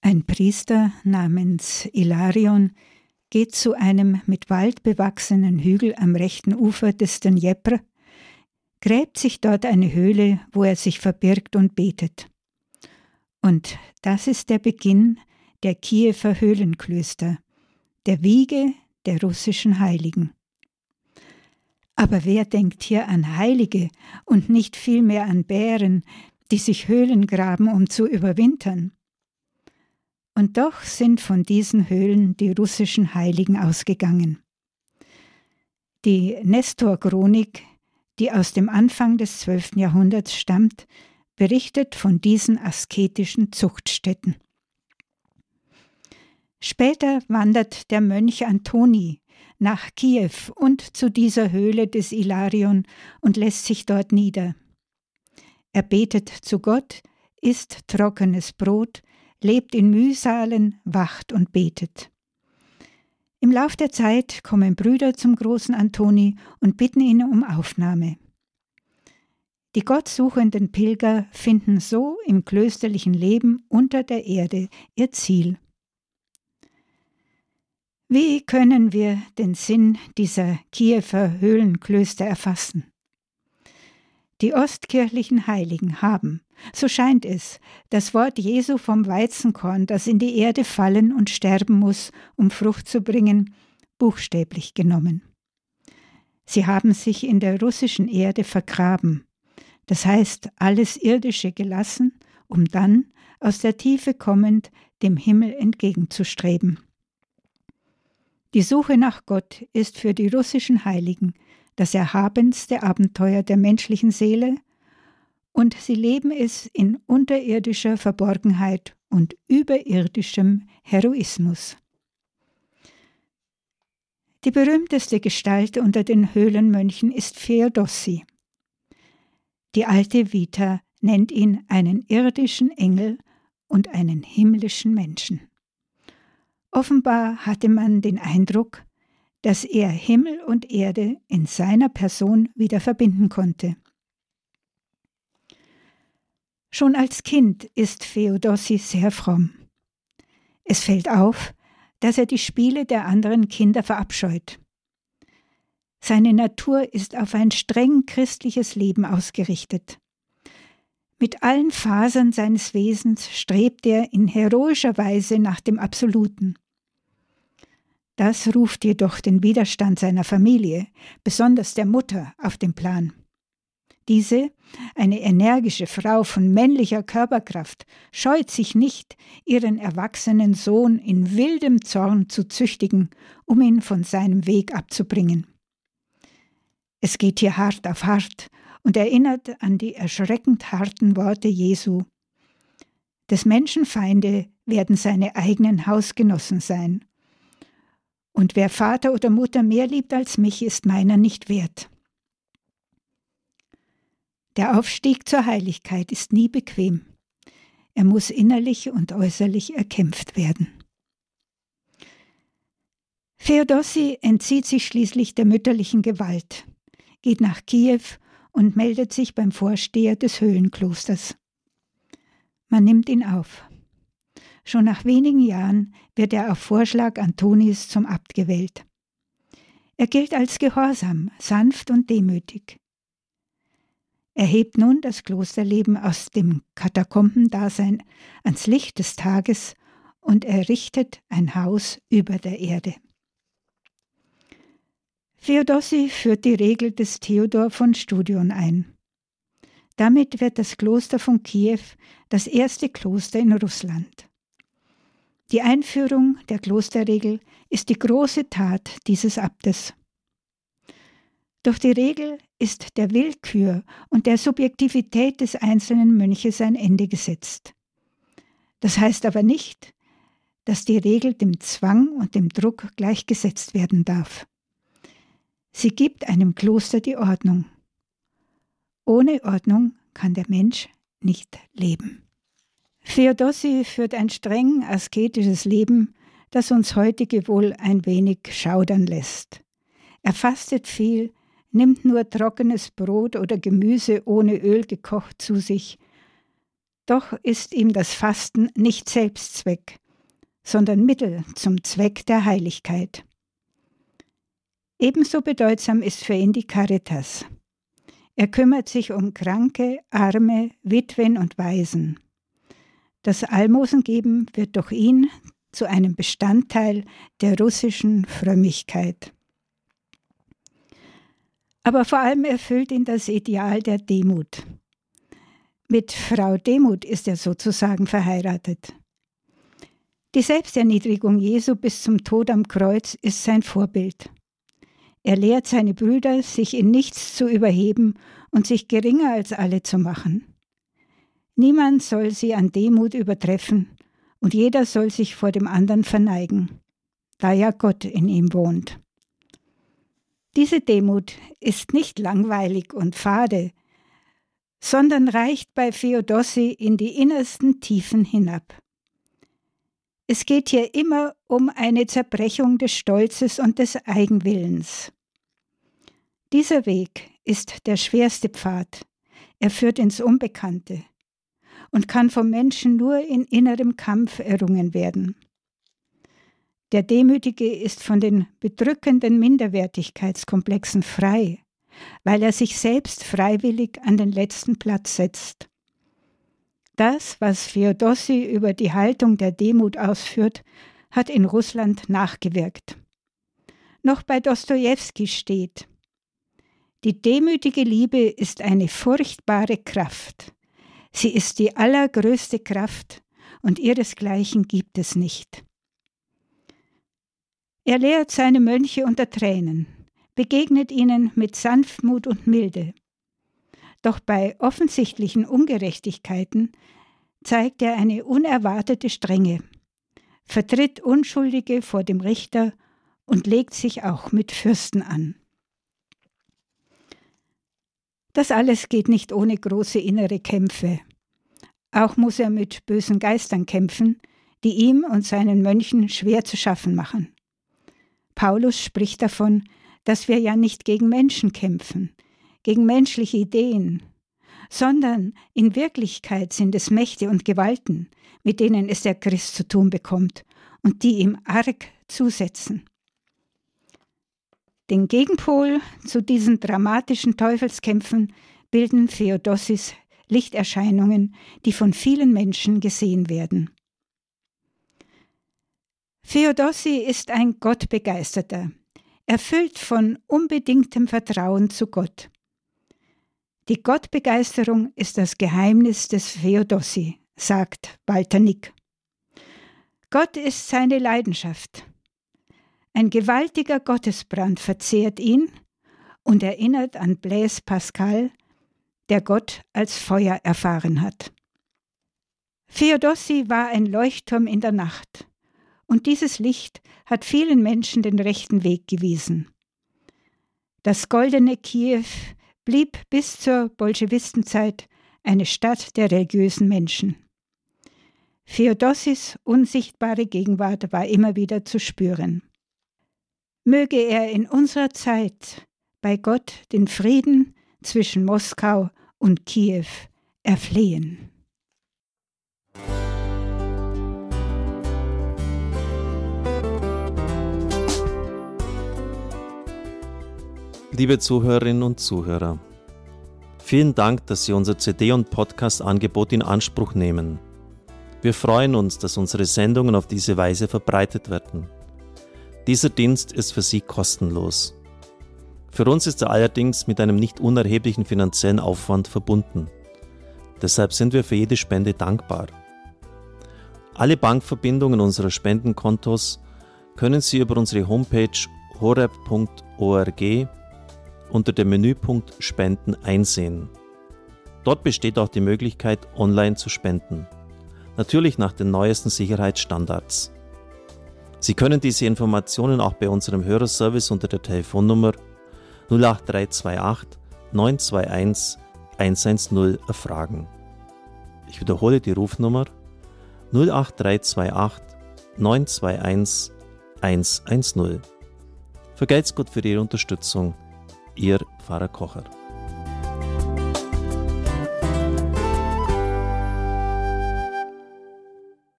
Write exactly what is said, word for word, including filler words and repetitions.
Ein Priester namens Hilarion geht zu einem mit Wald bewachsenen Hügel am rechten Ufer des Dnjepr, gräbt sich dort eine Höhle, wo er sich verbirgt und betet. Und das ist der Beginn der Kiewer Höhlenklöster, der Wiege der russischen Heiligen. Aber wer denkt hier an Heilige und nicht vielmehr an Bären, die sich Höhlen graben, um zu überwintern? Und doch sind von diesen Höhlen die russischen Heiligen ausgegangen. Die Nestor-Chronik, die aus dem Anfang des zwölften Jahrhunderts stammt, berichtet von diesen asketischen Zuchtstätten. Später wandert der Mönch Antoni nach Kiew und zu dieser Höhle des Hilarion und lässt sich dort nieder. Er betet zu Gott, isst trockenes Brot, lebt in Mühsalen, wacht und betet. Im Lauf der Zeit kommen Brüder zum großen Antoni und bitten ihn um Aufnahme. Die gottsuchenden Pilger finden so im klösterlichen Leben unter der Erde ihr Ziel. Wie können wir den Sinn dieser Kiewer Höhlenklöster erfassen? Die ostkirchlichen Heiligen haben, so scheint es, das Wort Jesu vom Weizenkorn, das in die Erde fallen und sterben muss, um Frucht zu bringen, buchstäblich genommen. Sie haben sich in der russischen Erde vergraben, das heißt alles Irdische gelassen, um dann, aus der Tiefe kommend, dem Himmel entgegenzustreben. Die Suche nach Gott ist für die russischen Heiligen das erhabenste Abenteuer der menschlichen Seele, und sie leben es in unterirdischer Verborgenheit und überirdischem Heroismus. Die berühmteste Gestalt unter den Höhlenmönchen ist Feodossi. Die alte Vita nennt ihn einen irdischen Engel und einen himmlischen Menschen. Offenbar hatte man den Eindruck, dass er Himmel und Erde in seiner Person wieder verbinden konnte. Schon als Kind ist Feodossi sehr fromm. Es fällt auf, dass er die Spiele der anderen Kinder verabscheut. Seine Natur ist auf ein streng christliches Leben ausgerichtet. Mit allen Fasern seines Wesens strebt er in heroischer Weise nach dem Absoluten. Das ruft jedoch den Widerstand seiner Familie, besonders der Mutter, auf den Plan. Diese, eine energische Frau von männlicher Körperkraft, scheut sich nicht, ihren erwachsenen Sohn in wildem Zorn zu züchtigen, um ihn von seinem Weg abzubringen. Es geht hier hart auf hart und erinnert an die erschreckend harten Worte Jesu. Des Menschen Feinde werden seine eigenen Hausgenossen sein. Und wer Vater oder Mutter mehr liebt als mich, ist meiner nicht wert. Der Aufstieg zur Heiligkeit ist nie bequem. Er muss innerlich und äußerlich erkämpft werden. Feodossi entzieht sich schließlich der mütterlichen Gewalt, geht nach Kiew und meldet sich beim Vorsteher des Höhlenklosters. Man nimmt ihn auf. Schon nach wenigen Jahren wird er auf Vorschlag Antonis zum Abt gewählt. Er gilt als gehorsam, sanft und demütig. Er hebt nun das Klosterleben aus dem Katakombendasein ans Licht des Tages und errichtet ein Haus über der Erde. Feodossi führt die Regel des Theodor von Studion ein. Damit wird das Kloster von Kiew das erste Kloster in Russland. Die Einführung der Klosterregel ist die große Tat dieses Abtes. Durch die Regel ist der Willkür und der Subjektivität des einzelnen Mönches ein Ende gesetzt. Das heißt aber nicht, dass die Regel dem Zwang und dem Druck gleichgesetzt werden darf. Sie gibt einem Kloster die Ordnung. Ohne Ordnung kann der Mensch nicht leben. Feodossi führt ein streng asketisches Leben, das uns heutige wohl ein wenig schaudern lässt. Er fastet viel, nimmt nur trockenes Brot oder Gemüse ohne Öl gekocht zu sich. Doch ist ihm das Fasten nicht Selbstzweck, sondern Mittel zum Zweck der Heiligkeit. Ebenso bedeutsam ist für ihn die Caritas. Er kümmert sich um Kranke, Arme, Witwen und Waisen. Das Almosengeben wird durch ihn zu einem Bestandteil der russischen Frömmigkeit. Aber vor allem erfüllt ihn das Ideal der Demut. Mit Frau Demut ist er sozusagen verheiratet. Die Selbsterniedrigung Jesu bis zum Tod am Kreuz ist sein Vorbild. Er lehrt seine Brüder, sich in nichts zu überheben und sich geringer als alle zu machen. Niemand soll sie an Demut übertreffen und jeder soll sich vor dem anderen verneigen, da ja Gott in ihm wohnt. Diese Demut ist nicht langweilig und fade, sondern reicht bei Feodossi in die innersten Tiefen hinab. Es geht hier immer um eine Zerbrechung des Stolzes und des Eigenwillens. Dieser Weg ist der schwerste Pfad. Er führt ins Unbekannte und kann vom Menschen nur in innerem Kampf errungen werden. Der Demütige ist von den bedrückenden Minderwertigkeitskomplexen frei, weil er sich selbst freiwillig an den letzten Platz setzt. Das, was Feodossi über die Haltung der Demut ausführt, hat in Russland nachgewirkt. Noch bei Dostojewski steht: Die demütige Liebe ist eine furchtbare Kraft. Sie ist die allergrößte Kraft und ihresgleichen gibt es nicht. Er lehrt seine Mönche unter Tränen, begegnet ihnen mit Sanftmut und Milde. Doch bei offensichtlichen Ungerechtigkeiten zeigt er eine unerwartete Strenge, vertritt Unschuldige vor dem Richter und legt sich auch mit Fürsten an. Das alles geht nicht ohne große innere Kämpfe. Auch muss er mit bösen Geistern kämpfen, die ihm und seinen Mönchen schwer zu schaffen machen. Paulus spricht davon, dass wir ja nicht gegen Menschen kämpfen, gegen menschliche Ideen, sondern in Wirklichkeit sind es Mächte und Gewalten, mit denen es der Christ zu tun bekommt und die ihm arg zusetzen. Den Gegenpol zu diesen dramatischen Teufelskämpfen bilden Feodossis Lichterscheinungen, die von vielen Menschen gesehen werden. Feodossi ist ein Gottbegeisterter, erfüllt von unbedingtem Vertrauen zu Gott. Die Gottbegeisterung ist das Geheimnis des Feodossi, sagt Walter Nick. Gott ist seine Leidenschaft. Ein gewaltiger Gottesbrand verzehrt ihn und erinnert an Blaise Pascal, der Gott als Feuer erfahren hat. Feodossi war ein Leuchtturm in der Nacht, und dieses Licht hat vielen Menschen den rechten Weg gewiesen. Das goldene Kiew blieb bis zur Bolschewistenzeit eine Stadt der religiösen Menschen. Feodossis unsichtbare Gegenwart war immer wieder zu spüren. Möge er in unserer Zeit bei Gott den Frieden zwischen Moskau und Kiew erflehen. Liebe Zuhörerinnen und Zuhörer, vielen Dank, dass Sie unser C D- und Podcast-Angebot in Anspruch nehmen. Wir freuen uns, dass unsere Sendungen auf diese Weise verbreitet werden. Dieser Dienst ist für Sie kostenlos. Für uns ist er allerdings mit einem nicht unerheblichen finanziellen Aufwand verbunden. Deshalb sind wir für jede Spende dankbar. Alle Bankverbindungen unserer Spendenkontos können Sie über unsere Homepage horeb punkt org unter dem Menüpunkt Spenden einsehen. Dort besteht auch die Möglichkeit, online zu spenden. Natürlich nach den neuesten Sicherheitsstandards. Sie können diese Informationen auch bei unserem Hörerservice unter der Telefonnummer null acht drei zwei acht neun zwei eins eins eins null erfragen. Ich wiederhole die Rufnummer null acht drei zwei acht neun zwei eins eins eins null. Vergelt's Gott für Ihre Unterstützung. Ihr Pfarrer Kocher.